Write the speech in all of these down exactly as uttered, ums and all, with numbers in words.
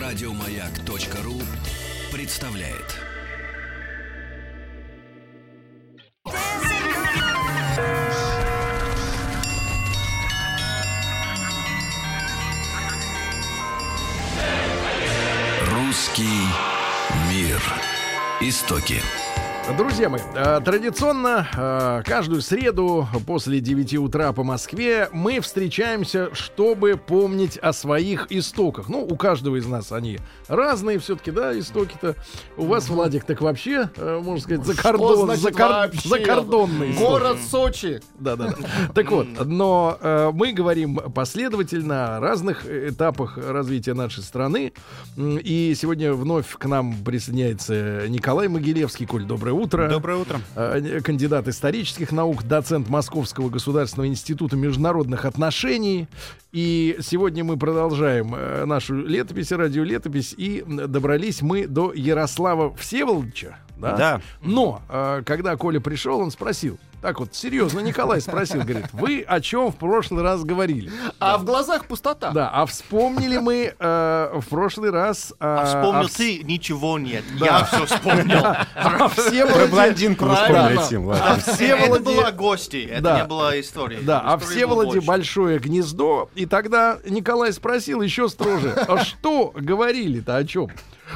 Радиомаяк.ру представляет. Русский мир. Истоки. Друзья мои, традиционно каждую среду после девяти утра по Москве мы встречаемся, чтобы помнить о своих истоках. Ну, у каждого из нас они разные все-таки, да, истоки-то. У вас, Владик, так вообще, можно сказать, закордон, закор... закордонный. Город Сочи. Да-да-да. Так вот, но э, мы говорим последовательно о разных этапах развития нашей страны. И сегодня вновь к нам присоединяется Николай Могилевский. Коль, доброе утро. Доброе утро. Кандидат исторических наук, доцент Московского государственного института международных отношений. И сегодня мы продолжаем нашу летопись, радиолетопись, и добрались мы до Ярослава Всеволодовича. Да? Да. Но когда Коля пришел, он спросил. Так вот, серьезно, Николай спросил, говорит, вы о чем в прошлый раз говорили? А да. в глазах пустота. Да, а вспомнили мы э, в прошлый раз... Э, а вспомнил а ты? в... Ничего нет, да. я все вспомнил. А Про блондинку вы вспомнили. Это была гости, это да. не была история. Да, а в Всеволоде большое гнездо, и тогда Николай спросил еще строже, а что говорили-то, о чем?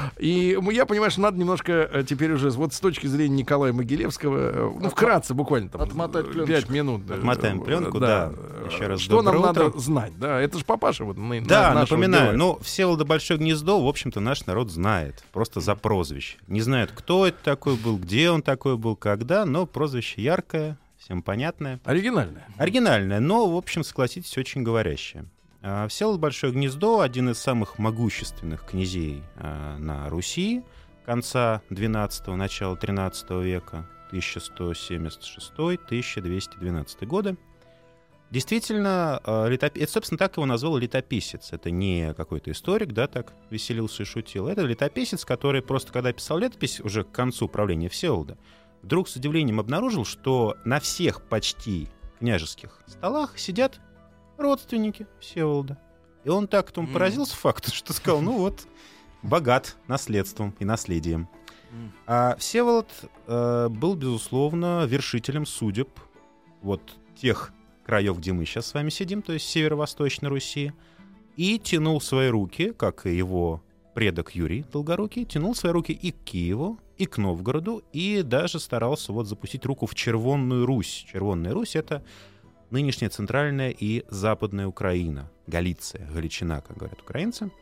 И я понимаю, что надо немножко теперь уже вот с точки зрения Николая Могилевского, ну, вкратце, буквально там пять минут. Отмотаем пленку, да. да. Еще раз что нам утро. надо знать? Да, это же папаша вот на, да, на напоминаю, ну, Всеволода Большое Гнездо, в общем-то, наш народ знает. Просто за прозвище. Не знают, кто это такой был, где он такой был, когда, но прозвище яркое, всем понятное. Оригинальное. Оригинальное, но, в общем, согласитесь, очень говорящее. Всеволод Большое Гнездо — один из самых могущественных князей э, на Руси конца двенадцатого, начала тринадцатого века, тысяча сто семьдесят шестой — тысяча двести двенадцатый годы. Действительно, э, летоп... это, собственно, так его назвал летописец. Это не какой-то историк, да, так веселился и шутил. Это летописец, который просто, когда писал летопись, уже к концу правления Всеволода, вдруг с удивлением обнаружил, что на всех почти княжеских столах сидят родственники Всеволода. И он так к тому mm. поразился факту, что сказал, ну вот, богат наследством и наследием. Mm. А Всеволод э, был, безусловно, вершителем судеб вот тех краев, где мы сейчас с вами сидим, то есть северо-восточной Руси, и тянул свои руки, как и его предок Юрий Долгорукий, тянул свои руки и к Киеву, и к Новгороду, и даже старался вот запустить руку в Червонную Русь. Червонная Русь — это нынешняя центральная и западная Украина, Галиция, Галичина, как говорят украинцы.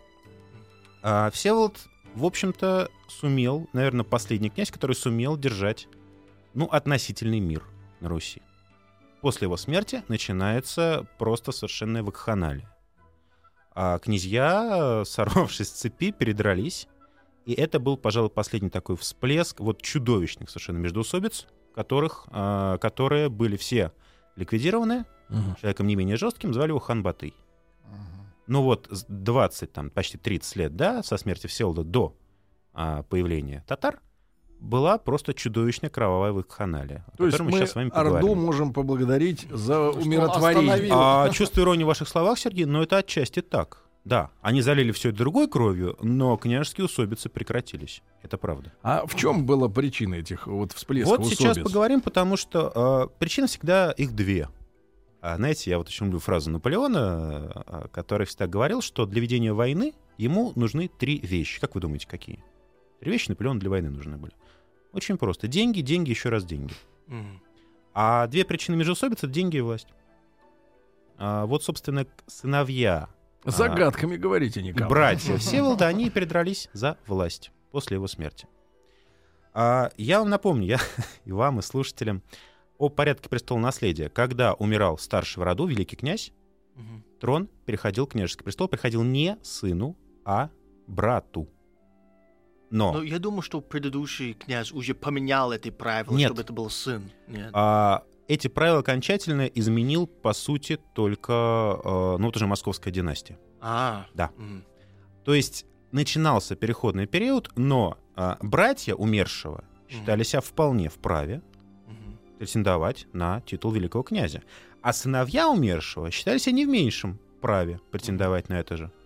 А Всеволод, в общем-то, сумел, наверное, последний князь, который сумел держать, ну, относительный мир на Руси. После его смерти начинается просто совершенная вакханалия. А князья, сорвавшись с цепи, передрались, и это был, пожалуй, последний такой всплеск вот чудовищных совершенно междоусобиц, которых, а, которые были все ликвидированы, uh-huh. человеком не менее жестким, звали его хан Батый. Uh-huh. Ну вот двадцать, там, почти тридцать лет, да, со смерти Всеволода до а, появления татар, была просто чудовищная кровавая вакханалия. То есть мы, мы Орду можем поблагодарить за умиротворение. А, чувствую иронию в ваших словах, Сергей, но это отчасти так. Да, они залили все это другой кровью, но княжеские усобицы прекратились. Это правда. А в чем была причина этих вот всплесков Вот усобиц? Сейчас поговорим, потому что э, причин всегда их две. А, знаете, я вот очень люблю фразу Наполеона, э, который всегда говорил, что для ведения войны ему нужны три вещи. Как вы думаете, какие? Три вещи Наполеону для войны нужны были. Очень просто. Деньги, деньги, еще раз деньги. Mm. А две причины междоусобиц — это деньги и власть. А, вот, собственно, сыновья... Загадками а, говорите, Николай. Братья Всеволода, они передрались за власть после его смерти. А, я вам напомню, я и вам, и слушателям, о порядке престолонаследия. Когда умирал старший в роду великий князь, угу. трон переходил, княжеский престол переходил не сыну, а брату. Но... Но я думаю, что предыдущий князь уже поменял эти правила, Нет. чтобы это был сын. Нет. А, эти правила окончательно изменил, по сути, только, э, ну, вот уже Московская династия. А. Да. Mm. То есть начинался переходный период, но э, братья умершего считали себя вполне вправе mm-hmm. претендовать на титул великого князя. А сыновья умершего считали себя не в меньшем праве претендовать mm-hmm. на это же.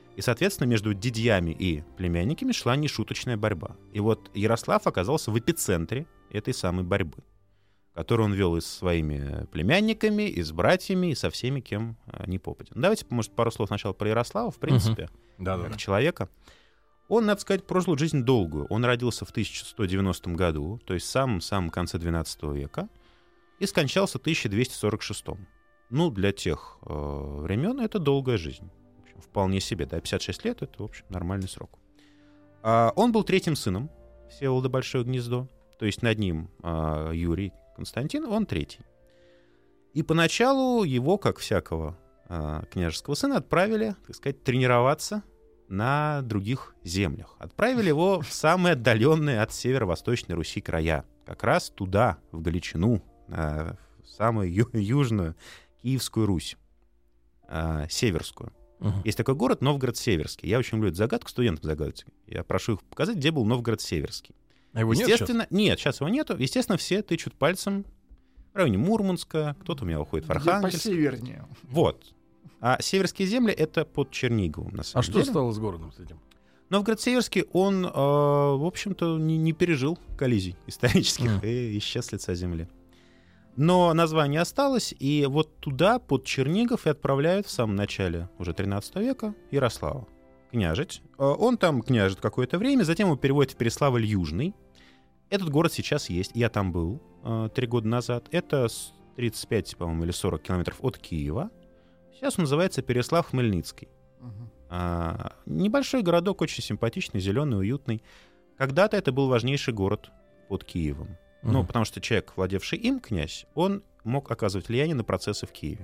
И, соответственно, между дядьями и племянниками шла нешуточная борьба. И вот Ярослав оказался в эпицентре этой самой борьбы, которую он вел и со своими племянниками, и с братьями, и со всеми, кем не попадет. Давайте, может, пару слов сначала про Ярослава, в принципе, uh-huh. да, как да. человека. Он, надо сказать, прожил жизнь долгую. Он родился в тысяча сто девяностом году, то есть в самом-самом конце двенадцатого века, и скончался в тысяча двести сорок шестом. Ну, для тех э, времен это долгая жизнь. В общем, вполне себе, да, пятьдесят шесть лет — это, в общем, нормальный срок. А, он был третьим сыном Всеволода Большое Гнездо, то есть над ним э, Юрий Константин, он третий. И поначалу его, как всякого э, княжеского сына, отправили, так сказать, тренироваться на других землях. Отправили его в самые отдаленные от северо-восточной Руси края. Как раз туда, в Галичину, в самую ю- южную Киевскую Русь, э, Северскую. Uh-huh. Есть такой город Новгород-Северский. Я очень люблю эту загадку, студентам загадывать. Я прошу их показать, где был Новгород-Северский. А его Естественно, нет сейчас? Нет, сейчас его нету. Естественно, все тычут пальцем в районе Мурманска, кто-то у меня уходит в Архангельск. Посевернее. Вот. А северские земли — это под Черниговым, на самом а деле. что стало с городом с этим? Новгород-Северский, он, э, в общем-то, не, не пережил коллизий исторических mm. и исчез с лица земли. Но название осталось, и вот туда, под Чернигов, и отправляют в самом начале уже тринадцатого века Ярослава княжить. Он там княжит какое-то время, затем его переводят в Переславль-Южный. Этот город сейчас есть, я там был э, три года назад. Это тридцать пять, по-моему, или сорок километров от Киева. Сейчас он называется Переслав-Хмельницкий. Uh-huh. А, небольшой городок, очень симпатичный, зеленый, уютный. Когда-то это был важнейший город под Киевом. Uh-huh. Ну, потому что человек, владевший им, князь, он мог оказывать влияние на процессы в Киеве.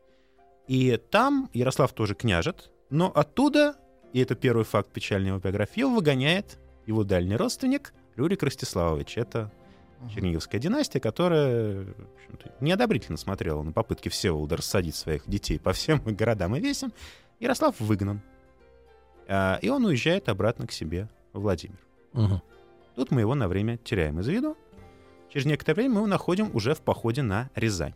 И там Ярослав тоже княжит, но оттуда, и это первый факт печальной его биографии, его выгоняет его дальний родственник Рюрик Ростиславович. Это Черниговская династия, которая, в общем-то, неодобрительно смотрела на попытки Всеволода рассадить своих детей по всем городам и весям. Ярослав выгнан. А, и он уезжает обратно к себе в Владимир. Угу. Тут мы его на время теряем из виду. Через некоторое время мы его находим уже в походе на Рязань.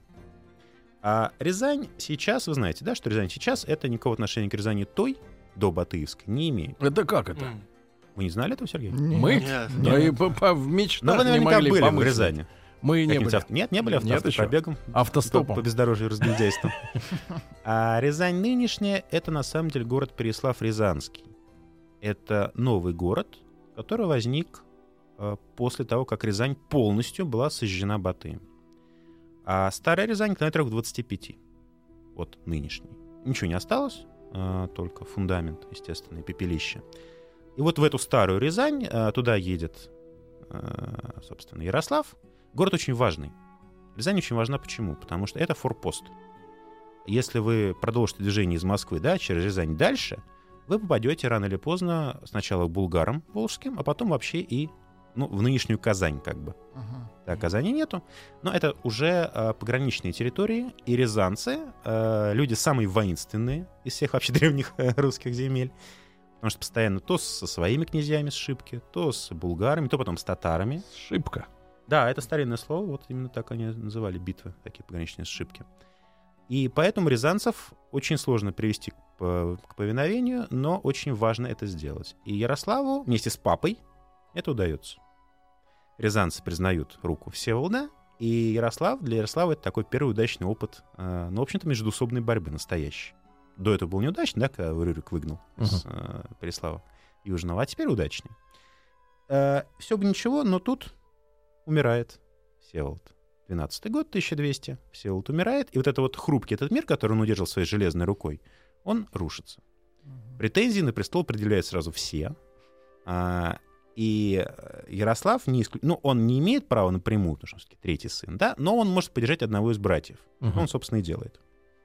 А Рязань сейчас, вы знаете, да, что Рязань сейчас — это никакого отношения к Рязани той, до Батыевской, не имеет. Это как это? М. Вы не знали этого, Сергей? Мы? Нет. Да и по, по, в мечтах Но вы не наверняка могли были в помыслить. Рязани. Мы не Каким-нибудь были. авто- Нет, не были авто- Нет еще. автопробегом? Автостопом. По, по бездорожью и разгильдяйству. А Рязань нынешняя — это на самом деле город Переслав-Рязанский. Это новый город, который возник э, после того, как Рязань полностью была сожжена Батыем. А старая Рязань километров двадцати пяти от нынешней. Ничего не осталось, э, только фундамент, естественно, и пепелище. И вот в эту старую Рязань э, туда едет, э, собственно, Ярослав. Город очень важный. Рязань очень важна почему? Потому что это форпост. Если вы продолжите движение из Москвы, да, через Рязань дальше, вы попадете рано или поздно сначала к булгарам волжским, а потом вообще и ну, в нынешнюю Казань как бы. Ага. Да, Казани нету, но это уже э, пограничные территории, и рязанцы, э, люди самые воинственные из всех вообще древних э, русских земель, потому что постоянно то со своими князьями с Шипки, то с булгарами, то потом с татарами. Шибко. Да, это старинное слово, вот именно так они называли битвы, такие пограничные сшибки. И поэтому рязанцев очень сложно привести к, к повиновению, но очень важно это сделать. И Ярославу вместе с папой это удается. Рязанцы признают руку Всеволода, и Ярослав, для Ярослава это такой первый удачный опыт, э, ну, в общем-то, междоусобной борьбы настоящей. До этого был неудачный, да, когда Рюрик выгнал uh-huh. с э, Переслава Южного, а теперь удачный. Э, все бы ничего, но тут умирает Всеволод. двенадцатый год, тысяча двести. Всеволод умирает, и вот это вот хрупкий этот мир, который он удержал своей железной рукой, он рушится. Претензии на престол предъявляют сразу все. А, и Ярослав, не исклю... ну, он не имеет права напрямую, потому что он все-таки третий сын, да, но он может поддержать одного из братьев. Uh-huh. Он, собственно, и делает.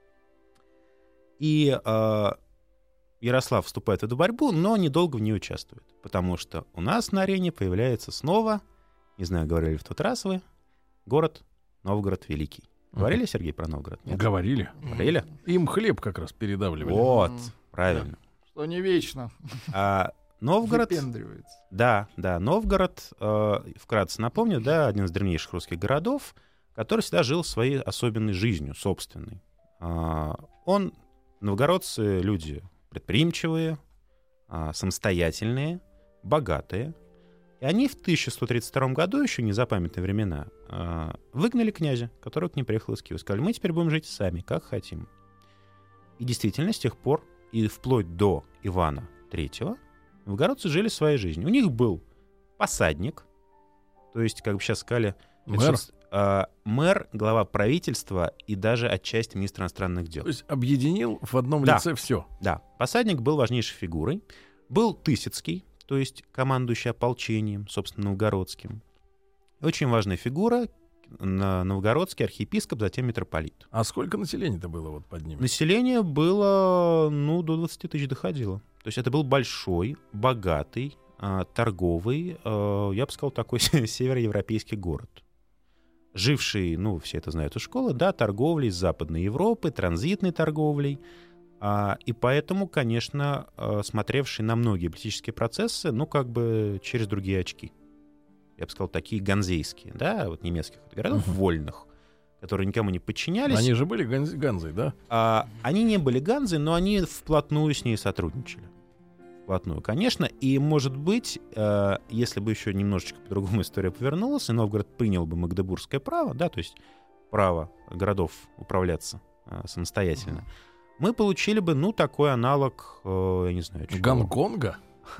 И а, Ярослав вступает в эту борьбу, но недолго в ней участвует, потому что у нас на арене появляется снова, не знаю, говорили ли в тот раз вы, город Новгород Великий. Говорили, Сергей, про Новгород? Нет? Говорили. Говорили? Им хлеб как раз передавливали. Вот, М, правильно. Что не вечно. А Новгород... Выпендривается. Да, да, Новгород, э, вкратце напомню, да, один из древнейших русских городов, который всегда жил своей особенной жизнью, собственной. Э, он, новгородцы, люди предприимчивые, а, самостоятельные, богатые. И они в тысяча сто тридцать втором году, еще незапамятные времена, а, выгнали князя, который к ним приехал из Киева. Сказали, мы теперь будем жить сами, как хотим. И действительно, с тех пор, и вплоть до Ивана Третьего, новгородцы жили своей жизнью. У них был посадник, то есть, как бы сейчас сказали, Мэр. э, мэр, глава правительства и даже отчасти министр иностранных дел. То есть объединил в одном Да. лице все. Да, посадник был важнейшей фигурой. Был Тысяцкий, то есть командующий ополчением, собственно, новгородским. Очень важная фигура, на- новгородский архиепископ, затем митрополит. А сколько населения-то было вот под ними? Население было, ну, до двадцати тысяч доходило. То есть это был большой, богатый, а, торговый, а, я бы сказал, такой североевропейский город. Живший, ну, все это знают из школы, да, торговлей с Западной Европы, транзитной торговлей. А, и поэтому, конечно, а, смотревший на многие политические процессы, ну, как бы через другие очки. Я бы сказал, такие ганзейские, да, вот немецких городов, Мгм. вольных, которые никому не подчинялись. Они же были ганз- ганзой, да? А, они не были ганзой, но они вплотную с ней сотрудничали. Вплотную, конечно. И, может быть, э, если бы еще немножечко по-другому история повернулась, и Новгород принял бы магдебургское право, да, то есть право городов управляться э, самостоятельно, мы получили бы, ну, такой аналог, э, я не знаю, чего. Гонконга?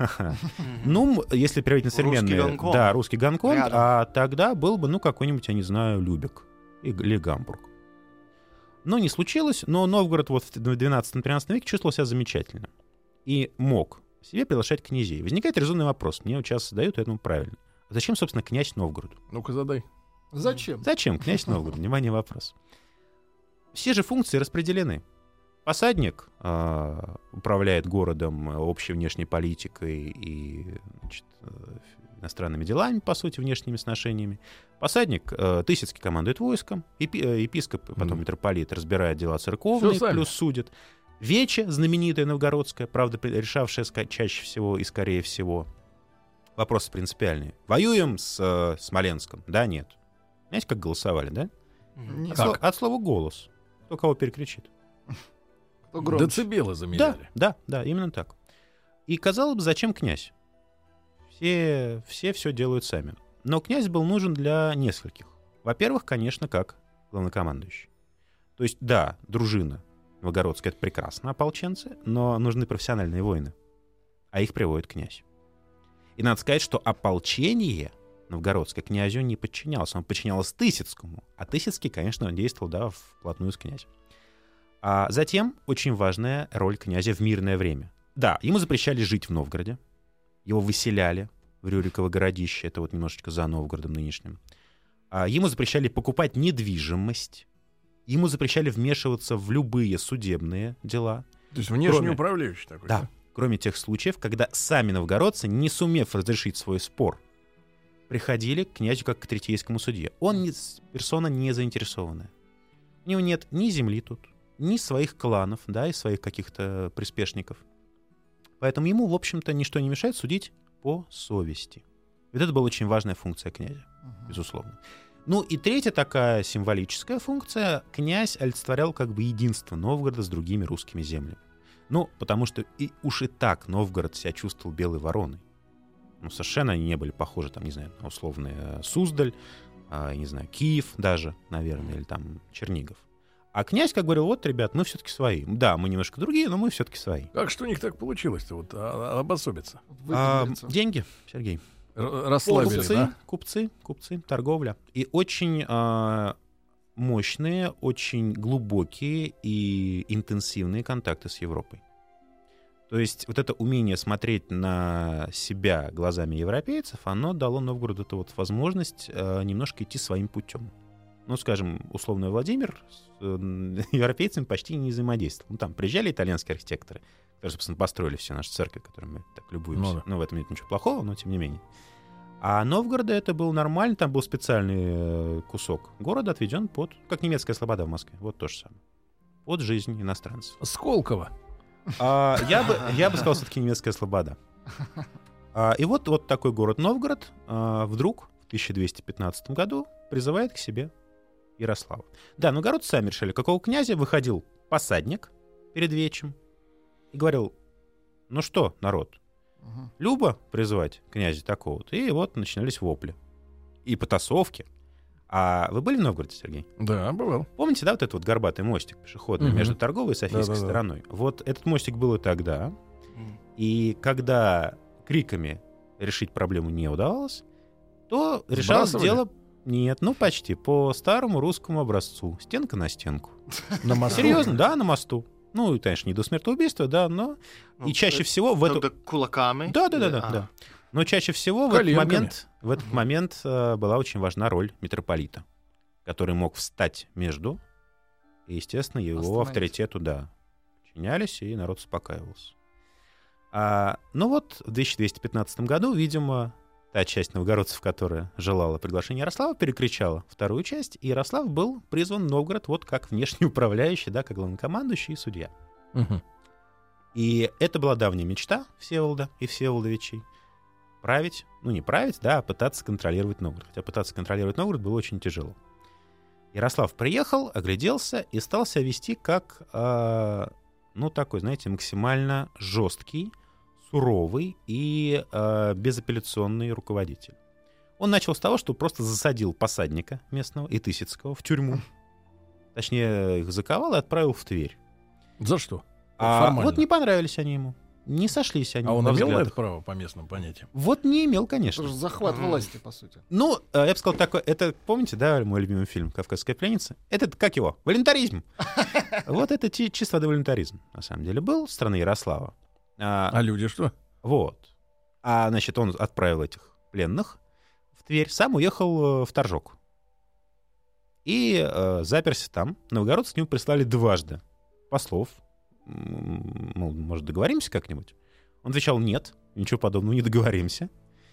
Ну, м, если переводить на Русский современные... Гонконг. Да, русский Гонконг, Рядом. а тогда был бы, ну, какой-нибудь, я не знаю, Любек или Гамбург. Но не случилось, но Новгород вот в двенадцатом-тринадцатом веке чувствовал себя замечательно. И мог себе приглашать князей. Возникает резонный вопрос, мне вот сейчас задают этому правильно. А зачем, собственно, князь Новгороду? Ну-ка задай. Зачем? Зачем князь Новгород? Внимание, вопрос. Все же функции распределены. Посадник э, управляет городом общей внешней политикой и, значит, э, иностранными делами, по сути, внешними сношениями. Посадник э, Тысяцкий командует войском, епи- э, епископ, потом Мгм. митрополит разбирает дела церковные, Всё сами. плюс судит. Вече, знаменитая новгородская, правда, при- решавшая ска- чаще всего и скорее всего. Вопросы принципиальные. Воюем с э, Смоленском? Да, нет. Знаете, как голосовали, да? Мгм. От, Как? слова, от слова «голос». Кто кого перекричит. Кто громче? Децибелы Да, замеряли. да, да, именно так. И, казалось бы, зачем князь? Все, все все делают сами. Но князь был нужен для нескольких. Во-первых, конечно, как главнокомандующий. То есть, да, дружина новгородская — это прекрасно, ополченцы, но нужны профессиональные воины. А их приводит князь. И надо сказать, что ополчение новгородское князю не подчинялось. Он подчинялось Тысяцкому. А Тысяцкий, конечно, действовал, да, вплотную с князем. А затем очень важная роль князя в мирное время. Да, ему запрещали жить в Новгороде. Его выселяли в Рюриково городище, это вот немножечко за Новгородом нынешним. А ему запрещали покупать недвижимость. Ему запрещали вмешиваться в любые судебные дела. То есть внешний Кроме- управляющий такой. Да, кроме тех случаев, когда сами новгородцы, не сумев разрешить свой спор, приходили к князю как к третейскому судье. Он не, персона не заинтересованная. У него нет ни земли тут, ни своих кланов, да, и своих каких-то приспешников. Поэтому ему, в общем-то, ничто не мешает судить по совести. Вот это была очень важная функция князя, безусловно. Ну и третья такая символическая функция. Князь олицетворял как бы единство Новгорода с другими русскими землями. Ну, потому что и уж и так Новгород себя чувствовал белой вороной. Ну, совершенно они не были похожи, там, не знаю, на условный э, Суздаль, э, я не знаю, Киев даже, наверное, или там Чернигов. А князь как говорил, вот, ребят, мы все-таки свои. Да, мы немножко другие, но мы все-таки свои. Как что у них так получилось-то вот а, а, обособиться? А, Выпендриться. деньги, Сергей. Р- Расслабили, Купцы, да? купцы, купцы, торговля. И очень а, мощные, очень глубокие и интенсивные контакты с Европой. То есть вот это умение смотреть на себя глазами европейцев, оно дало Новгороду эту вот возможность а, немножко идти своим путем. Ну, скажем, условно, Владимир с э, европейцами почти не взаимодействовал. Ну, там приезжали итальянские архитекторы, которые, собственно, построили все наши церкви, которыми мы так любуемся. Ну да. Ну, в этом нет ничего плохого, но тем не менее. А Новгорода это был нормально, там был специальный э, кусок города, отведен под, как немецкая слобода в Москве, вот то же самое, под жизнь иностранцев. Сколково. А, я, бы, я бы сказал, все-таки немецкая слобода. А, и вот, вот такой город Новгород а, вдруг в тысяча двести пятнадцатом году призывает к себе Ярослава. Да, новгородцы сами решили, какого князя выходил посадник перед вечем и говорил: Ну что, народ, Мгм. любо призвать князя такого-то? И вот начинались вопли. И потасовки. А вы были в Новгороде, Сергей? Да, бывал. Помните, да, вот этот вот горбатый мостик пешеходный Мгм. между торговой и Софийской Да-да-да. стороной? Вот этот мостик был и тогда. М. И когда криками решить проблему не удавалось, то решалось Сбрасывали? дело... Нет, ну почти. По старому русскому образцу. Стенка на стенку. На мосту? Серьезно? Да, на мосту. Ну, и, конечно, не до смертоубийства, да, но... Ну, И чаще э, всего в эту... Тогда кулаками? Да, да, да, да, А. да. Но чаще всего в этот Коленками. момент, в этот момент э, была очень важна роль митрополита, который мог встать между, и, естественно, его Остановить. авторитету, да, подчинялись, и народ успокаивался. А, ну вот, в тысяча двести пятнадцатом году, видимо, та часть новгородцев, которая желала приглашения Ярослава, перекричала вторую часть, и Ярослав был призван в Новгород вот как внешний управляющий, да, как главнокомандующий и судья. Мгм. И это была давняя мечта Всеволода и Всеволодовичей. Править, ну не править, да, а пытаться контролировать Новгород. Хотя пытаться контролировать Новгород было очень тяжело. Ярослав приехал, огляделся и стал себя вести как, э, ну такой, знаете, максимально жесткий, суровый и э, безапелляционный руководитель. Он начал с того, что просто засадил посадника местного и Тысяцкого в тюрьму. Точнее, их заковал и отправил в Тверь. За что? А Формально. вот не понравились они ему. Не сошлись они А он во имел на взглядах. это право по местным понятиям? Вот не имел, Это конечно. же захват Мгм. власти, по сути. Ну, э, я бы сказал такое, это, помните, да, мой любимый фильм «Кавказская пленница»? Это, как его? Волюнтаризм. Вот это чи- чисто воды волюнтаризм, на самом деле, был, страны Ярослава. А, А люди что? Вот. А, значит, он отправил этих пленных в Тверь, сам уехал э, в Торжок. И э, заперся там. Новгородцы к нему прислали дважды послов. М, Мол, может, договоримся как-нибудь? Он отвечал: нет, ничего подобного, не договоримся.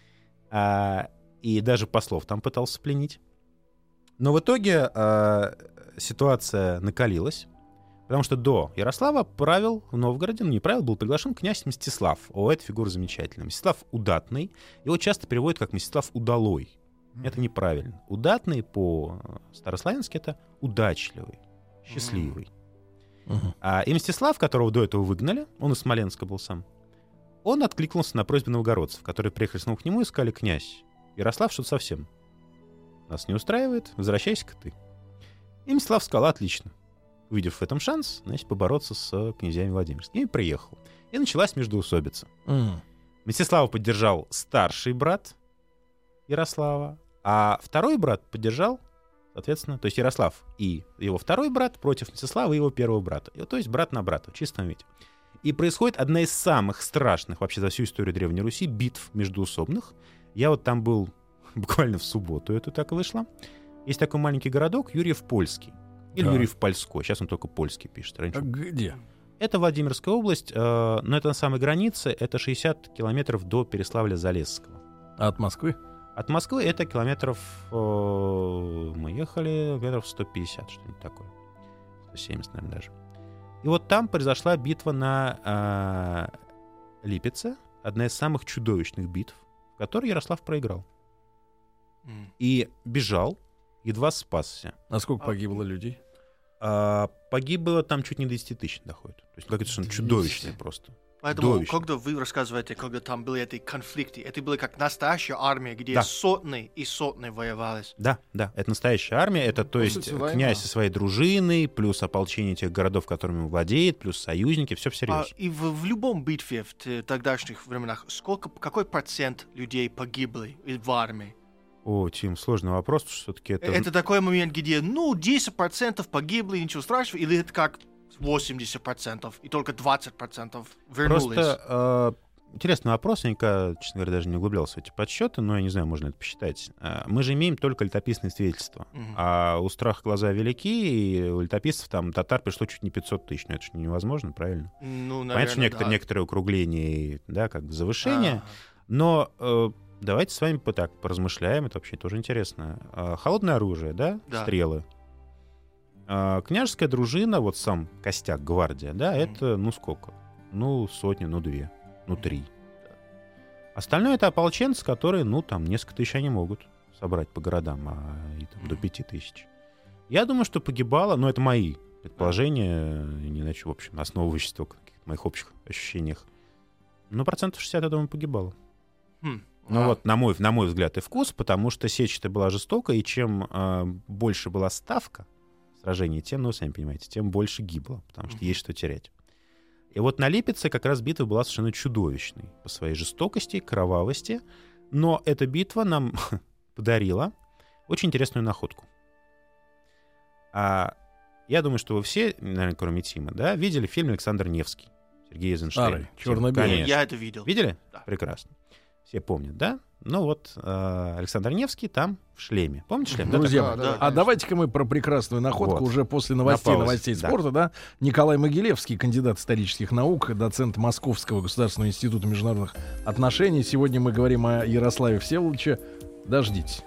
А, и даже послов там пытался пленить. Но в итоге а, ситуация накалилась, потому что до Ярослава правил в Новгороде, ну не правил, был приглашен князь Мстислав. О, эта фигура замечательная. Мстислав Удатный. Его часто переводят как Мстислав Удалой. Это неправильно. Удатный по старославянски — это удачливый, счастливый. Мгм. А и Мстислав, которого до этого выгнали, он из Смоленска был сам, он откликнулся на просьбы новгородцев, которые приехали снова к нему и сказали: князь, Ярослав что-то совсем нас не устраивает, возвращайся-ка ты. И Мстислав сказал: отлично. Увидев в этом шанс, значит, побороться с князьями Владимирскими, и приехал. И началась междоусобица. Мгм. Мстислава поддержал старший брат Ярослава, а второй брат поддержал, соответственно, то есть Ярослав и его второй брат против Мстислава и его первого брата. И, то есть брат на брата, в чистом виде. И происходит одна из самых страшных вообще за всю историю Древней Руси битв междоусобных. Я вот там был буквально в субботу, это так вышло. Есть такой маленький городок Юрьев-Польский. Или Так. Юрьев-Польской. Сейчас он только польский пишет. Раньше А где? это Владимирская область, э, но это на самой границе, это шестьдесят километров до Переславля-Залесского. А от Москвы? От Москвы это километров... э, мы ехали километров сто пятьдесят, что-нибудь такое. сто семьдесят, наверное, даже. И вот там произошла битва на э, Липеце, одна из самых чудовищных битв, в которой Ярослав проиграл. М. И бежал, едва спасся. А сколько А- погибло людей? А, погибло там чуть не до десяти тысяч доходит. То есть какое-то совершенно чудовищное просто. Поэтому, Чудовищно. когда вы рассказываете, когда там были эти конфликты, это было как настоящая армия, где Да. сотни и сотни воевались. Да, да, это настоящая армия, это то По есть сути, война. князь со своей дружиной, плюс ополчение тех городов, которыми он владеет, плюс союзники, все А, всерьез. и в, в любом битве в т- тогдашних временах, сколько, какой процент людей погибли и- в армии? О, Тим, сложный вопрос, потому что все-таки это... Это такой момент, где, ну, десять процентов погибли, ничего страшного, или это как восемьдесят процентов, и только двадцать процентов вернулись? Просто э, интересный вопрос, я никогда, честно говоря, даже не углублялся в эти подсчеты, но я не знаю, можно ли это посчитать. Э, мы же имеем только летописные свидетельства, Мгм. а у страха глаза велики, и у летописцев там татар пришло чуть не пятьсот тысяч, но это же невозможно, правильно? Ну, Понятно, что наверное, некоторые, да. некоторые укругления, да, как бы завышения, Ага. но э, давайте с вами по- так поразмышляем, это вообще тоже интересно. А, холодное оружие, да? Да. Стрелы. А, княжеская дружина, вот сам костяк, гвардия, да, Мгм. это, ну сколько? Ну, сотни, ну, две, ну, три. Остальное — это ополченцы, которые, ну, там, несколько тысяч они могут собрать по городам, а и там, до Мгм. пяти тысяч. Я думаю, что погибало, но это мои предположения, не иначе, в общем, основывась на каких-то моих общих ощущениях. Ну, процентов шестьдесят, я думаю, погибало. Хм. Ну А. вот, на мой, на мой взгляд, и вкус, потому что сечь-то была жестокая, и чем э, больше была ставка сражений, тем, ну, сами понимаете, тем больше гибло, потому что Мгм. есть что терять. И вот на Липеце как раз битва была совершенно чудовищной по своей жестокости, кровавости, но эта битва нам подарила очень интересную находку. А я думаю, что вы все, наверное, кроме Тима, да, видели фильм «Александр Невский» Сергея Эйзенштейна. Старый, черно-белый. Конечно. Я это видел. Видели? Да. Прекрасно. Все помнят, да? Ну вот э, Александр Невский там в шлеме. Помните шлем? Да, Друзья, Да, мои, да, да, а конечно. давайте-ка мы про прекрасную находку Вот. уже после На новостей, паузе, новостей да. спорта, да? Николай Могилевский, кандидат исторических наук, доцент Московского государственного института международных отношений. Сегодня мы говорим о Ярославе Всеволодовиче. Дождитесь.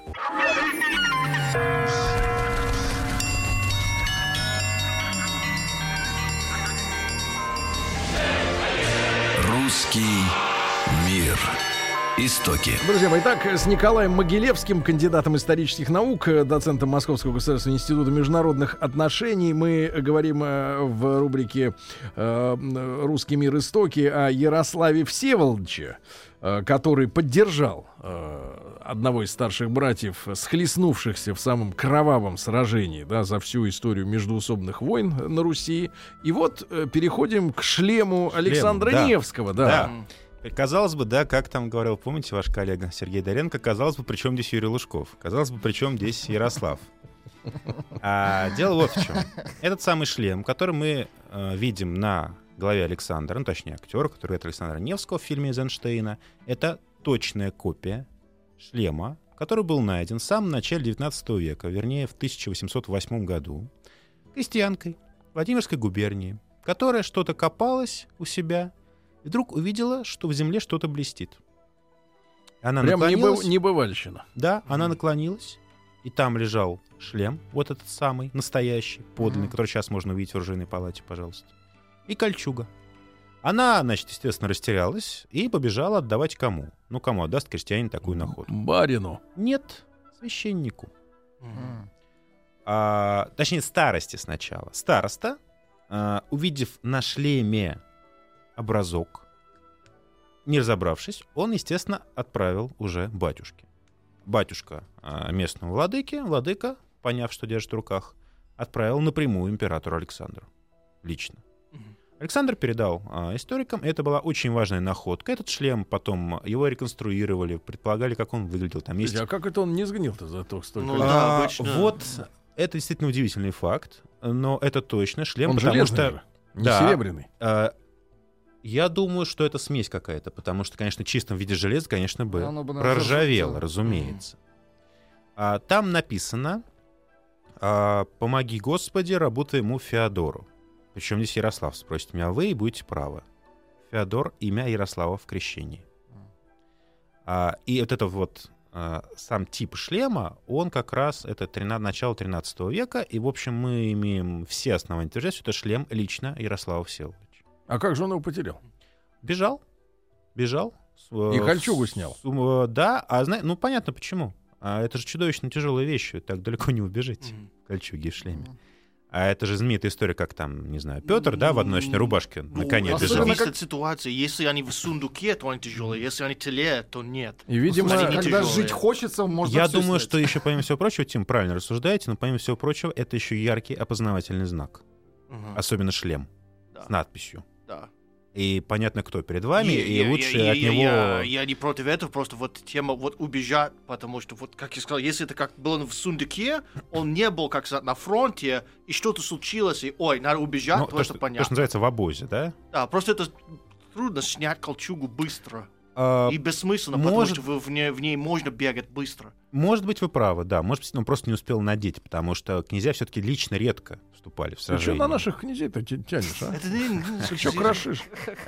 Русский мир. Истоки. Друзья мои, итак, с Николаем Могилевским, кандидатом исторических наук, э, доцентом Московского государственного института международных отношений, мы говорим э, в рубрике э, «Русский мир. Истоки» о Ярославе Всеволодовиче, э, который поддержал э, одного из старших братьев, схлестнувшихся в самом кровавом сражении, да, за всю историю междоусобных войн на Руси. И вот э, переходим к шлему Александра да. Невского. Да. Да. М. Казалось бы, да, как там говорил, помните, ваш коллега Сергей Доренко, казалось бы, при чем здесь Юрий Лужков? Казалось бы, при чем здесь Ярослав? А дело вот в чем. Этот самый шлем, который мы э, видим на голове Александра, ну, точнее, актера, который играет Александра Невского в фильме Эйзенштейна, это точная копия шлема, который был найден в самом начале девятнадцатого века, вернее, в тысяча восемьсот восьмом году, крестьянкой Владимирской губернии, которая что-то копалась у себя и вдруг увидела, что в земле что-то блестит. Она Прям наклонилась. небы- небывальщина. Да, она наклонилась, и там лежал шлем, вот этот самый, настоящий, подлинный, Мгм. который сейчас можно увидеть в оружейной палате, пожалуйста. И кольчуга. Она, значит, естественно, растерялась и побежала отдавать кому? Ну, кому отдаст крестьянин такую находку? Барину. Нет, священнику. М. А, точнее, старости сначала. Староста, а, увидев на шлеме образок, не разобравшись, он, естественно, отправил уже батюшке. Батюшка а, местного владыки, владыка, поняв, что держит в руках, отправил напрямую императору Александру. Лично. Мгм. Александр передал а, историкам. Это была очень важная находка. Этот шлем потом его реконструировали, предполагали, как он выглядел. Там есть... Слушайте, а как это он не сгнил-то за то столько Ну лет? да, А, обычно. Вот это действительно удивительный факт, но это точно шлем, Он потому железный что же, не да. серебряный. а, я думаю, что это смесь какая-то, потому что, конечно, в чистом виде железа, конечно, бы Оно бы, наверное, проржавело, заржавело. разумеется. А, там написано а, «Помоги, Господи, работа ему Феодору». Причем здесь Ярослав, спросите меня, вы и будете правы. Феодор — имя Ярослава в крещении. А, и вот это вот а, сам тип шлема, он как раз, это тринадцатое, начало тринадцатого века, и, в общем, мы имеем все основания утверждать, что это шлем лично Ярослава Всеволодовича. А как же он его потерял? Бежал, бежал. с- И э, кольчугу с- снял. э, Да, а зна- ну понятно почему. А это же чудовищно тяжелая вещь, так далеко не убежите Мгм. в кольчуге и шлеме. Мгм. А это же знаменитая история, как там, не знаю, Петр, да, в одной ночной рубашке на Ну, коне это особенно бежал. зависит как- от ситуации. Если они в сундуке, то они тяжелые. Если они в теле, то нет. И, видимо, Слушайте, Когда тяжелые. жить хочется, можно Я всё думаю, снять. что еще, помимо всего прочего, Тим, правильно рассуждаете, но помимо всего прочего, это еще яркий опознавательный знак. Мгм. Особенно шлем Да. с надписью. Да. И понятно, кто перед вами, Я- и я- лучше я- от я- него... Я, я не против этого, просто вот тема вот убежать, потому что вот, как я сказал, если это как было в сундуке, он не был, как сказать, на фронте, и что-то случилось, и ой, надо убежать, Ну, то, то, это что, то, понятно. что называется в обозе, да? Да, просто это трудно снять кольчугу быстро. А, И бессмысленно, может- потому что в, в ней, в ней можно бегать быстро. Может быть, вы правы, да. Может быть, он просто не успел надеть, потому что князья все-таки лично редко вступали в Ты что сражение. на наших князей-то тя- тянешь, а? Это не- Ты что крошишь?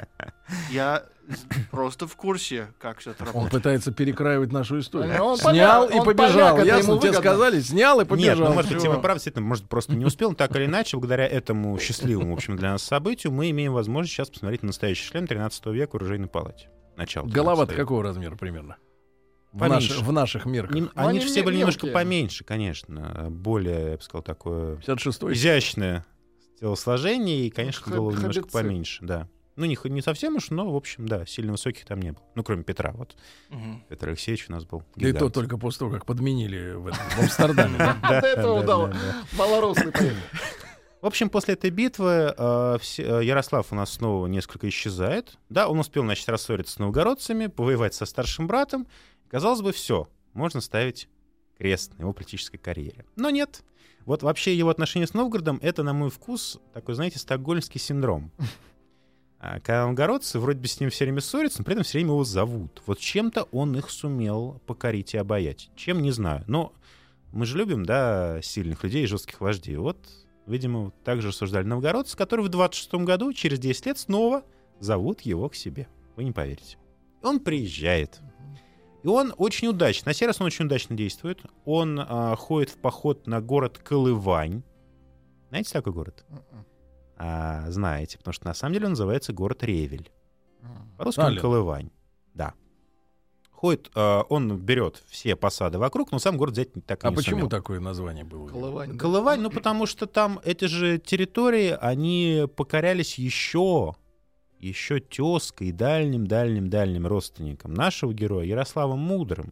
Я просто в курсе, как все это Он работает. пытается перекраивать нашу историю. Он Снял поляк, и он побежал. поляк, это Ясно, ему тебе выгодно. сказали, снял и Нет, побежал. ну, может быть, Всё. вы правы, действительно, может, просто не успел, но так или иначе, благодаря этому счастливому, в общем, для нас событию, мы имеем возможность сейчас посмотреть на настоящий шлем тринадцатого века в оружейной палате. Начало Голова-то тринадцатого века. какого размера примерно? В, Поменьше. наших- в наших мерках. Нем- Ну, они они все были ме- немножко мелкие. поменьше, конечно. Более, я бы сказал, такое пятьдесят шестой. изящное телосложение и, конечно, Хаб- голову немножко хабицы. поменьше, да. Ну, не, не совсем уж, но, в общем, да, сильно высоких там не было. Ну, кроме Петра. Вот. Мгм. Петр Алексеевич у нас был. Да и то гигант. только после того, как подменили в, этом, в Амстердаме. да? До этого, да, да, да, да. малорослый парень. В общем, после этой битвы э, все- э, Ярослав у нас снова несколько исчезает. Да, он успел, значит, рассориться с новгородцами, повоевать со старшим братом. Казалось бы, все, можно ставить крест на его политической карьере. Но нет. Вот вообще его отношения с Новгородом — это, на мой вкус, такой, знаете, стокгольмский синдром. А когда новгородцы вроде бы с ним все время ссорятся, но при этом все время его зовут. Вот чем-то он их сумел покорить и обаять. Чем, не знаю. Но мы же любим, да, сильных людей и жестких вождей. Вот, видимо, так же рассуждали новгородцы, которые в двадцать шестом году, через десять лет, снова зовут его к себе. Вы не поверите. Он приезжает. И он очень удачно, на сей раз он очень удачно действует. Он а, ходит в поход на город Колывань. Знаете такой город? Мгм. А, знаете, потому что на самом деле он называется город Ревель. Мгм. По-русски он Сталин. Колывань. Да. Ходит, а, он берет все посады вокруг, но сам город взять так и А не почему сумел. такое название было? Колывань. да. Колывань, ну потому что там эти же территории, они покорялись еще, еще тезкой, дальним-дальним-дальним родственникам нашего героя Ярославом Мудрым.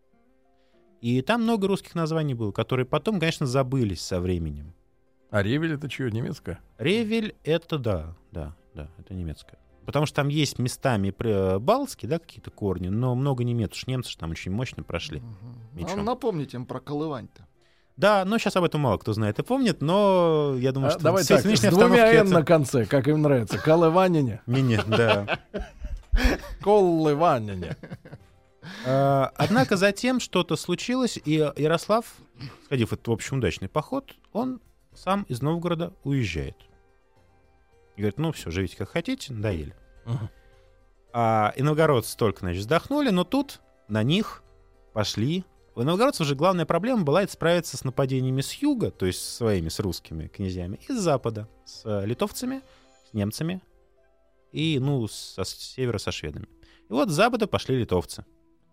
И там много русских названий было, которые потом, конечно, забылись со временем. А Ревель это чье, немецкое? Ревель — это да, да, да, это немецкое. Потому что там есть местами при- балтские, да, какие-то корни, но много немцев. Уж немцы ж там очень мощно прошли. Мгм. Ничего. А напомните им про Колывань-то. Да, но сейчас об этом мало кто знает и помнит, но я думаю, А, что давай в сей так, с нынешней двумя обстановке «н» это- на конце, как им нравится. Колыванине. Не-не, да. Колыванине. А, Однако затем что-то случилось, и Ярослав, сходив в этот, в общем, удачный поход, он сам из Новгорода уезжает. И говорит, ну все, живите как хотите, надоели. Мгм. А, и новгородцы только, значит, вздохнули, но тут на них пошли. У новгородцев же главная проблема была это справиться с нападениями с юга, то есть своими, с русскими князьями, и с запада, с э, литовцами, с немцами и, ну, со- с севера со шведами. И вот с запада пошли литовцы.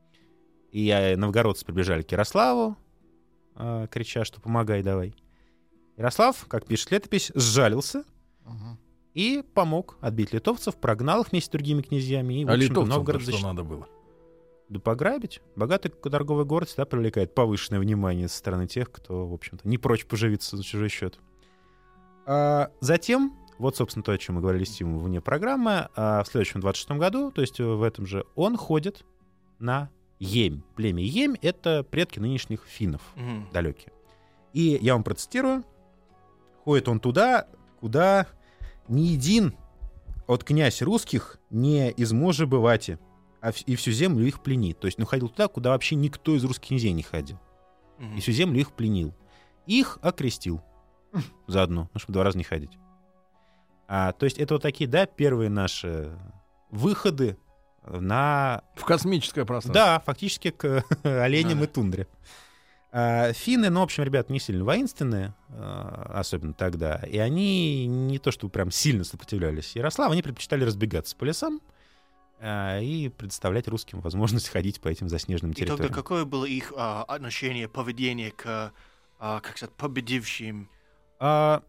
И э, новгородцы прибежали к Ярославу, э, крича, что помогай давай. Ярослав, как пишет летопись, сжалился Мгм. и помог отбить литовцев, прогнал их вместе с другими князьями. И, в А общем-то, литовцам Новгород что защитил. надо было? Да пограбить. Богатый торговый город всегда привлекает повышенное внимание со стороны тех, кто, в общем-то, не прочь поживиться за чужой счет. А затем, вот, собственно, то, о чем мы говорили с Тимом вне программы, а в следующем двадцать шестом году, то есть в этом же, он ходит на Емь. Племя Емь — это предки нынешних финнов, Мгм. далекие. И я вам процитирую. Ходит он туда, куда ни един от князь русских не изможе бывати, а в- и всю землю их пленит. То есть, ну, ходил туда, куда вообще никто из русских князей не ходил. Мгм. И всю землю их пленил. Их окрестил заодно, ну, чтобы два раза не ходить. А, то есть это вот такие, да, первые наши выходы на... В космическое пространство. Да, фактически к оленям Да. и тундре. А, финны, ну, в общем, ребята не сильно воинственные, а, особенно тогда, и они не то чтобы прям сильно сопротивлялись Ярославу, они предпочитали разбегаться по лесам а, и предоставлять русским возможность ходить по этим заснеженным И тогда территориям. какое было их а, отношение, поведение к, а, как сказать, победившим? А,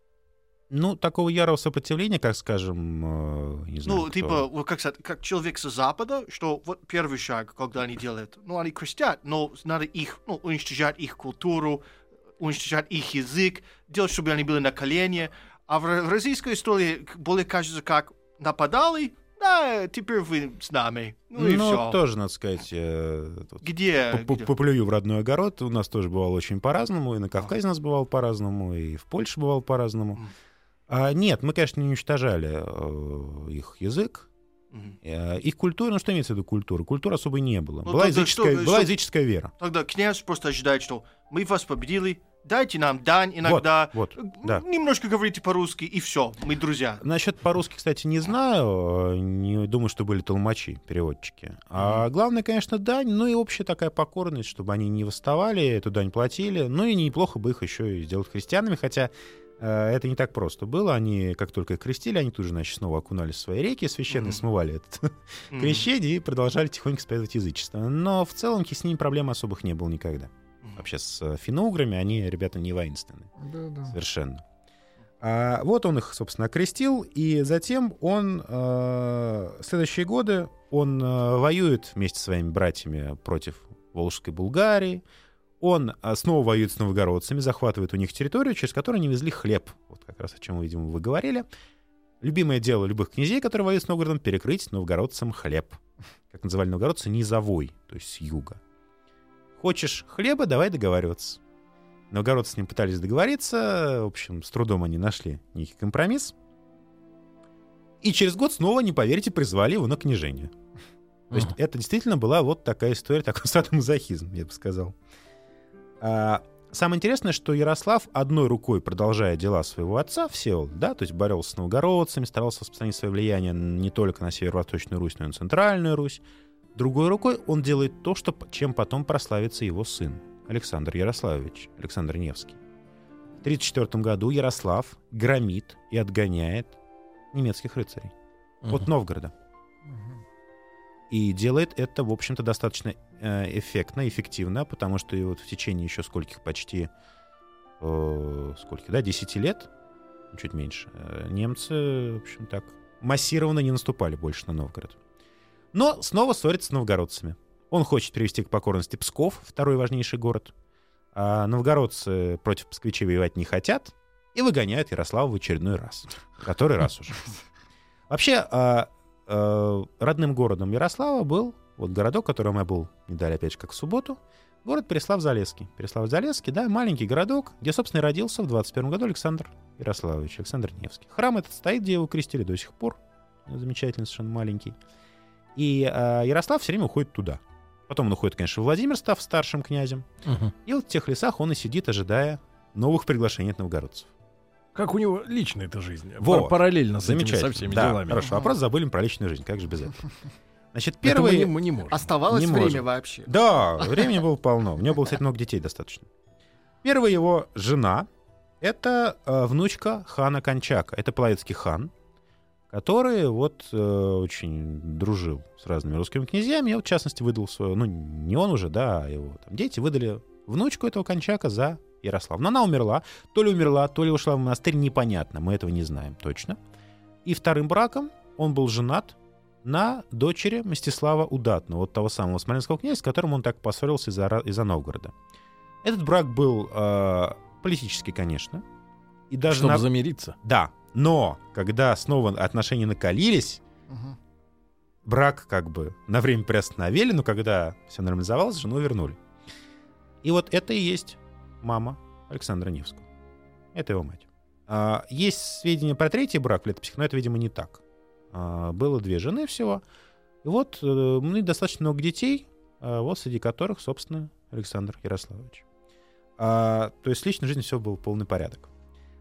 ну, такого ярого сопротивления, как, скажем, э, не знаю, Ну, кто- типа, вот как сказать, как человек с Запада, что вот первый шаг, когда они делают, ну, они крестят, но надо их, ну, уничтожать их культуру, уничтожать их язык, делать, чтобы они были на колене. А в, ро- в российской истории к- более кажется, как нападали, да, теперь вы с нами. Ну, и Ну, все. тоже, надо сказать, э, тут Где? П- где? п- Поплюю в родной огород. У нас тоже бывало очень по-разному. И на Кавказе у нас бывало по-разному, и в Польше бывало по-разному. Мгм. А, нет, мы, конечно, не уничтожали э, их язык, Мгм. э, их культуру. Ну, что имеется в виду культура? Культуры особо не было. Ну, была, тогда языческая, что- была что- языческая вера. Тогда князь просто ожидает, что мы вас победили, дайте нам дань иногда, Вот, вот, э, да. немножко говорите по-русски, и все, мы друзья. Насчет по-русски, кстати, не знаю. э, Не думаю, что были толмачи, переводчики. А главное, конечно, дань. Ну и общая такая покорность, чтобы они не восставали, эту дань платили. Ну и неплохо бы их еще и сделать христианами, хотя э, это не так просто было. Они, как только их крестили, они тут же, значит, снова окунались в свои реки священные, Мгм. смывали это Мгм. крещение и продолжали тихонько исповедовать язычество. Но в целом с ними проблем особых не было никогда. Мгм. Вообще с э, финно-уграми они, ребята, не воинственные. Да-да. Совершенно. А вот он их, собственно, окрестил, и затем он э, следующие годы он э, воюет вместе со своими братьями против Волжской Булгарии. Он э, снова воюет с новгородцами, захватывает у них территорию, через которую они везли хлеб. Вот как раз о чем, видимо, вы говорили. Любимое дело любых князей, которые воюют с Новгородом, перекрыть новгородцам хлеб. Как называли новгородцы, низовой, то есть с юга. Хочешь хлеба, давай договариваться. Новгородцы с ним пытались договориться, в общем, с трудом они нашли некий компромисс. И через год снова, не поверите, призвали его на княжение. То есть это действительно была вот такая история, такой садомазохизм, я бы сказал. А, самое интересное, что Ярослав, одной рукой продолжая дела своего отца, Всеволода, да, то есть боролся с новгородцами, старался распространить свое влияние не только на северо-восточную Русь, но и на центральную Русь. Другой рукой он делает то, что, чем потом прославится его сын Александр Ярославович, Александр Невский. В тысяча девятьсот тридцать четвёртом году Ярослав громит и отгоняет немецких рыцарей uh-huh. от Новгорода. Uh-huh. И делает это, в общем-то, достаточно э, эффектно, эффективно, потому что и вот в течение еще скольких почти, э, сколько, да, десяти лет, чуть меньше, э, немцы, в общем, так, массированно не наступали больше на Новгород. Но снова ссорится с новгородцами. Он хочет привести к покорности Псков, второй важнейший город. А новгородцы против псковичей воевать не хотят и выгоняют Ярослава в очередной раз. Который раз уже. Вообще, а, а, родным городом Ярослава был вот городок, который я был не дали, опять же, как в субботу, город Переслав-Залесский. Переслав-Залесский, да, маленький городок, где, собственно, и родился в двадцать первом году Александр Ярославович, Александр Невский. Храм этот стоит, где его крестили до сих пор. Замечательный, совершенно маленький. И а, Ярослав все время уходит туда. Потом он уходит, конечно, в Владимир, став старшим князем. Угу. И вот в тех лесах он и сидит, ожидая новых приглашений от новгородцев. Как у него личная эта жизнь? Вот. Параллельно с этими, со всеми да, делами. Хорошо, вопрос забыли про личную жизнь. Как же без этого? Значит, первый... первый... мы, не, мы не можем. Оставалось не время можем. вообще. Да, времени было полно. У него было, кстати, много детей достаточно. Первая его жена — это э, внучка хана Кончака. Это половецкий хан, который вот э, очень дружил с разными русскими князьями. И вот, в частности, выдал свою... Ну, не он уже, да, а его там дети выдали внучку этого Кончака за Ярослава. Но она умерла. То ли умерла, то ли ушла в монастырь, непонятно. Мы этого не знаем точно. И вторым браком он был женат на дочери Мстислава Удатного, вот того самого смоленского князя, с которым он так поссорился из-за, из-за Новгорода. Этот брак был э, политический, конечно. И даже Чтобы на... замириться? Да. Но когда снова отношения накалились, угу. брак как бы на время приостановили, но когда все нормализовалось, жену вернули. И вот это и есть мама Александра Невского. Это его мать. А, есть сведения про третий брак в летописях, но это, видимо, не так. А, было две жены всего. И вот ну, достаточно много детей, а, вот среди которых, собственно, Александр Ярославович. А, то есть с личной жизнью все был полный порядок.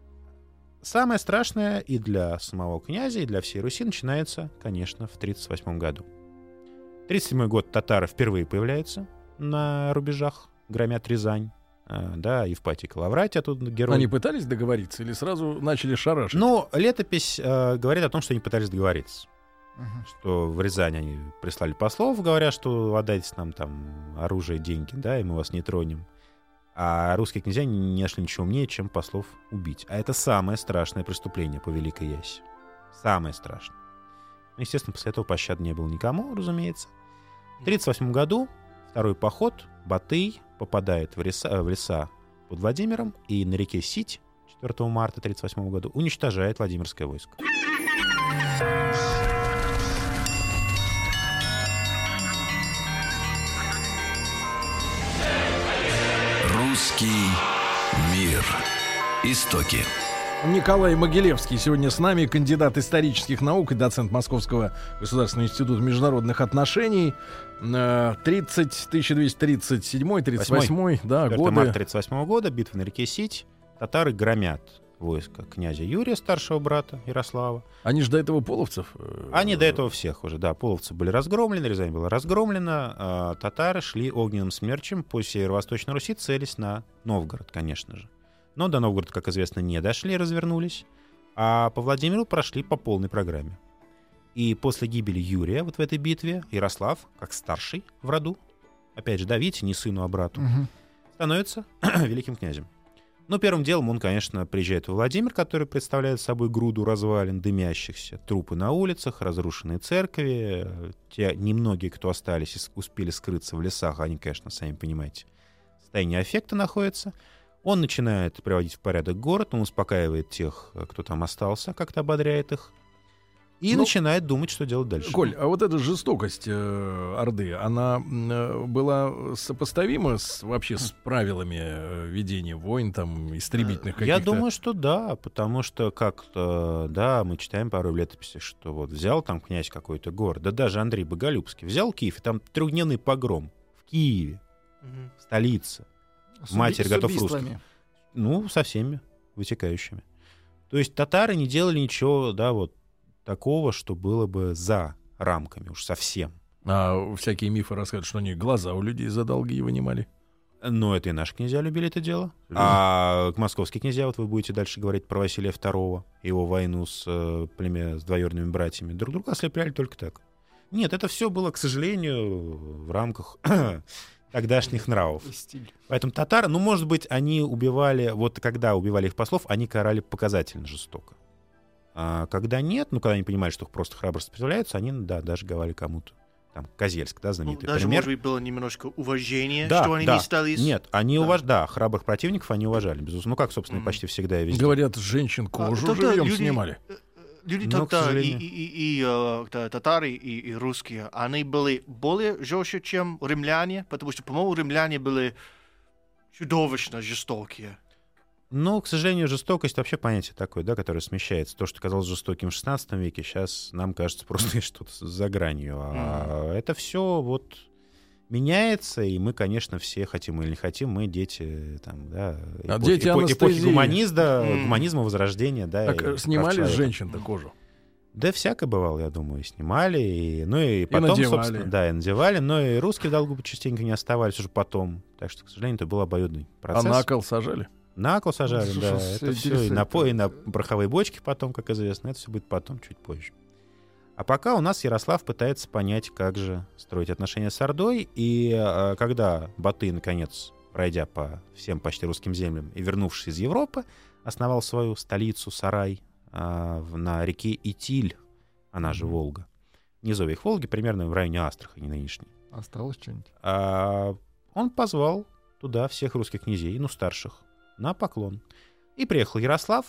Самое страшное и для самого князя, и для всей Руси начинается, конечно, в тридцать восьмом году. тридцать седьмой год татары впервые появляются на рубежах, громят Рязань. А, да, Евпатий Калавратий, тут герой. Они пытались договориться или сразу начали шарашить? Ну, летопись э, говорит о том, что они пытались договориться. Uh-huh. Что в Рязань они прислали послов, говоря, что отдайте нам там оружие, деньги, да, и мы вас не тронем. А русские князья не нашли ничего умнее, чем послов убить. А это самое страшное преступление по Великой Ясе. Самое страшное. Ну, естественно, после этого пощады не было никому, разумеется. В тридцать восьмом году второй поход, Батый, попадает в леса, в леса под Владимиром и на реке Сить четвёртого марта тридцать восьмого года уничтожает Владимирское войско. Русский мир. Истоки. Николай Могилевский сегодня с нами, кандидат исторических наук и доцент Московского государственного института международных отношений. тысяча двести тридцать седьмой тридцать восьмой да, годы. марта тридцать восьмого года, битва на реке Сить. Татары громят войско князя Юрия, старшего брата Ярослава. Они же до этого половцев? Они до этого всех уже, да. Половцы были разгромлены, Рязань была разгромлена. А татары шли огненным смерчем по северо-восточной Руси, целясь на Новгород, конечно же. Но до Новгорода, как известно, не дошли, развернулись. А по Владимиру прошли по полной программе. И после гибели Юрия вот в этой битве Ярослав, как старший в роду, опять же, да, видите, не сыну, а брату, угу. становится великим князем. Но первым делом он, конечно, приезжает в Владимир, который представляет собой груду развалин, дымящихся, трупы на улицах, разрушенные церкви. Те немногие, кто остались и успели скрыться в лесах, они, конечно, сами понимаете, в состоянии аффекта находятся. Он начинает приводить в порядок город, он успокаивает тех, кто там остался, как-то ободряет их. И ну, начинает думать, что делать дальше. Коль, а вот эта жестокость э, Орды, она э, была сопоставима с, вообще с правилами э, ведения войн, там, истребительных каких-то? Я думаю, что да, потому что как-то, да, мы читаем порой в летописях, что вот взял там князь какой-то город, да даже Андрей Боголюбский, взял Киев, и там трехдневный погром в Киеве, угу. в столице, с матерь уби- готов с русских. Ну, со всеми вытекающими. То есть татары не делали ничего, да, вот, такого, что было бы за рамками уж совсем. А всякие мифы рассказывают, что они глаза у людей за долги вынимали. Но это и наши князья любили это дело. Mm. А московские князья, вот вы будете дальше говорить про Василия второго, его войну с, э, племя, с двоюродными братьями, друг друга ослепляли только так. Нет, это все было, к сожалению, в рамках тогдашних нравов. Поэтому татары, ну, может быть, они убивали, вот когда убивали их послов, они карали показательно жестоко. А когда нет, ну, когда они понимали, что их просто храбро сопротивляются, они, да, даже говорили кому-то. Там, Козельск, да, знаменитый ну, даже, пример. может быть, было немножко уважение, да, что они да. не стали... Нет, они да. уважали, да, храбрых противников они уважали, безусловно. Ну, как, собственно, mm-hmm. почти всегда и везде. Говорят, женщин кожу а, живьем люди, снимали. Люди Но, тогда, и, и, и, и uh, татары, и, и русские, они были более жестче, чем римляне, потому что, по-моему, римляне были чудовищно жестокие. Ну, к сожалению, жестокость вообще понятие такое, да, которое смещается. То, что казалось жестоким в шестнадцатом веке, сейчас нам кажется просто что-то за гранью. А mm. это все вот меняется, и мы, конечно, все хотим или не хотим, мы дети, там, да, а эпохи, дети эпохи, эпохи гуманизма, mm. гуманизма, возрождения, да. Так снимали с женщин-то кожу? Да всяко бывало, я думаю, снимали, и, ну и потом, и собственно, да, и надевали, но и русские в долгу частенько не оставались уже потом. Так что, к сожалению, это был обоюдный процесс. А на кол сажали? На кол сажали, ну, да. слушай, Это все и на, по, и на пороховые бочки потом, как известно. Это все будет потом, чуть позже. А пока у нас Ярослав пытается понять, как же строить отношения с Ордой. И а, когда Батый, наконец, пройдя по всем почти русским землям и вернувшись из Европы, основал свою столицу, сарай а, в, на реке Итиль, она же Волга. В низовье их Волги, примерно в районе Астрахани нынешней. Осталось что-нибудь? А, он позвал туда всех русских князей, ну, старших, на поклон. И приехал Ярослав.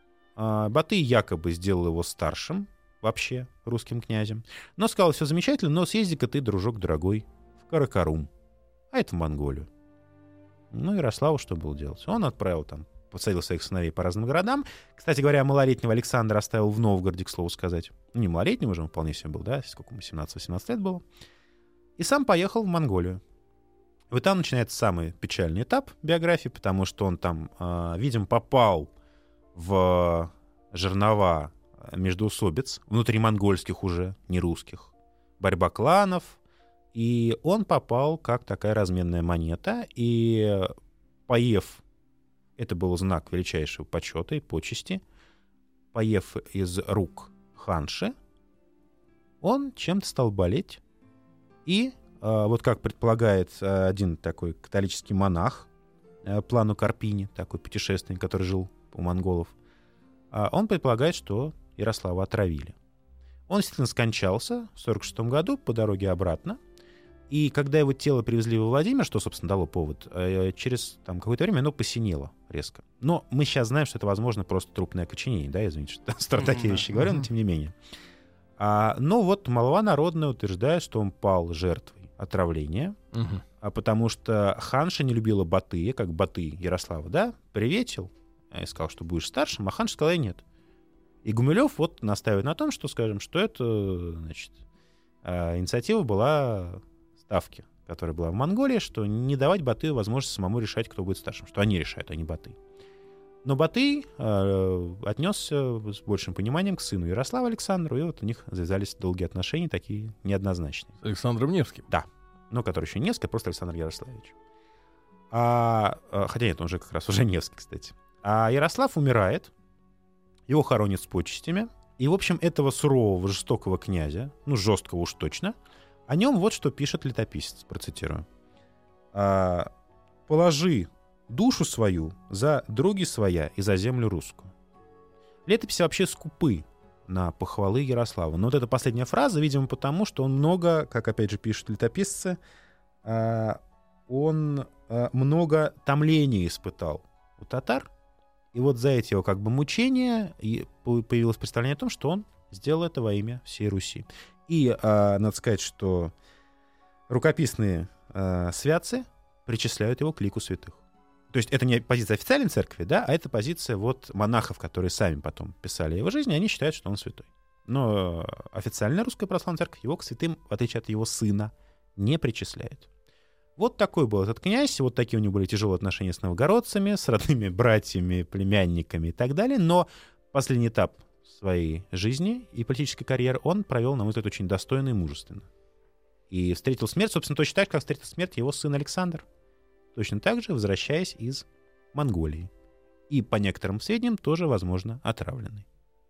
Батый якобы сделал его старшим вообще русским князем. Но сказал, все замечательно, но съезди-ка ты, дружок дорогой, в Каракарум. А это в Монголию. Ну, Ярославу что было делать? Он отправил там, посадил своих сыновей по разным городам. Кстати говоря, малолетнего Александра оставил в Новгороде, к слову сказать. Ну, не малолетним уже, он вполне себе был, да? Сколько ему, семнадцать-восемнадцать лет было. И сам поехал в Монголию. Вот там начинается самый печальный этап биографии, потому что он там, э, видимо, попал в жернова междоусобиц, внутримонгольских уже, не русских, борьба кланов, и он попал как такая разменная монета, и поев, это был знак величайшего почета и почести, поев из рук ханши, он чем-то стал болеть, и вот как предполагает один такой католический монах, Плану Карпини, такой путешественник, который жил у монголов, он предполагает, что Ярослава отравили. Он, естественно, скончался в сорок шестом году по дороге обратно, и когда его тело привезли во Владимир, что, собственно, дало повод, через там, какое-то время оно посинело резко. Но мы сейчас знаем, что это, возможно, просто трупное окоченение, да, извините, что такие вещи говорю, но тем не менее. А, но вот молва народная утверждает, что он пал жертвой отравления, угу. а потому что ханша не любила Батыя, как Батый Ярослава, да, приветил, и сказал, что будешь старшим, а ханша сказала нет. И Гумилев вот настаивает на том, что, скажем, что это, значит, инициатива была ставки, которая была в Монголии, что не давать Батыю возможность самому решать, кто будет старшим, что они решают, а не Батый. Но Батый э, отнесся с большим пониманием к сыну Ярослава Александру, и вот у них завязались долгие отношения, такие неоднозначные. С Александром Невским? Да. Но который еще Невский, а просто Александр Ярославич. А, хотя нет, он уже как раз уже Невский, кстати. А Ярослав умирает, его хоронят с почестями, и, в общем, этого сурового, жестокого князя, ну, жесткого уж точно, о нем вот что пишет летописец, процитирую. А, «Положи душу свою за други своя и за землю русскую. Летописи вообще скупы на похвалы Ярослава. Но вот эта последняя фраза, видимо, потому, что он много, как опять же пишут летописцы, он много томления испытал у татар. И вот за эти его как бы мучения появилось представление о том, что он сделал это во имя всей Руси. И надо сказать, что рукописные святцы причисляют его к лику святых. То есть это не позиция официальной церкви, да, а это позиция вот монахов, которые сами потом писали о его жизни, они считают, что он святой. Но официальная русская православная церковь его к святым, в отличие от его сына, не причисляет. Вот такой был этот князь, вот такие у него были тяжелые отношения с новгородцами, с родными братьями, племянниками и так далее, но последний этап своей жизни и политической карьеры он провел, на мой взгляд, очень достойно и мужественно. И встретил смерть, собственно, точно так же, как встретил смерть его сын Александр. Точно так же, возвращаясь из Монголии. И, по некоторым сведениям, тоже, возможно, отравленный.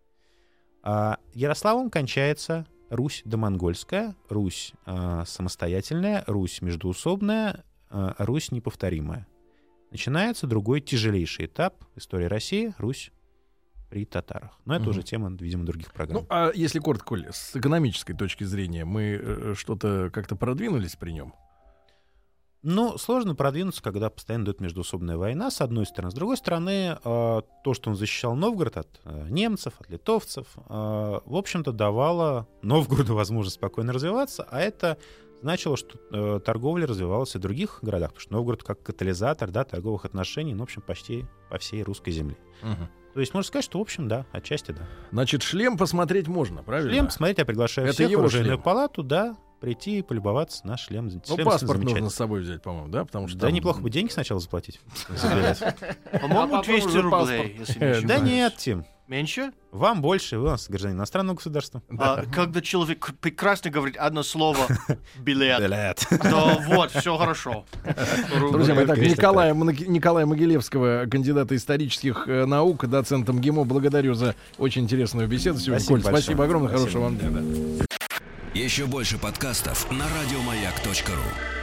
А Ярославом кончается Русь домонгольская, Русь а, самостоятельная, Русь междоусобная, а, Русь неповторимая. Начинается другой тяжелейший этап истории России — Русь при татарах. Но это угу. уже тема, видимо, других программ. Ну, а если коротко, Коль, с экономической точки зрения, мы э, что-то как-то продвинулись при нем? Ну, сложно продвинуться, когда постоянно идет междоусобная война, с одной стороны. С другой стороны, то, что он защищал Новгород от немцев, от литовцев, в общем-то, давало Новгороду возможность спокойно развиваться, а это значило, что торговля развивалась и в других городах, потому что Новгород как катализатор, да, торговых отношений, ну, в общем, почти по всей русской земле. Угу. То есть можно сказать, что, в общем, да, отчасти да. Значит, шлем посмотреть можно, правильно? Шлем посмотреть, я приглашаю это всех в оружейную шлем. палату, да, прийти и полюбоваться на шлем. Ну, шлем паспорт нужно с собой взять, по-моему, да? Потому что да там... неплохо бы деньги сначала заплатить. По-моему, двести рублей, если не ошибаюсь. Да нет, Тим. Меньше? Вам больше, вы у нас гражданин иностранного государства. А, когда человек прекрасно говорит одно слово «билет», Билет. то вот, все хорошо. Друзья мои, так, Николая, Николая Могилевского, кандидата исторических э, наук, доцента МГИМО, благодарю за очень интересную беседу сегодня. Спасибо, Коль, спасибо огромное, спасибо. Хорошего вам дня. Да. Еще больше подкастов на радиомаяк точка ру.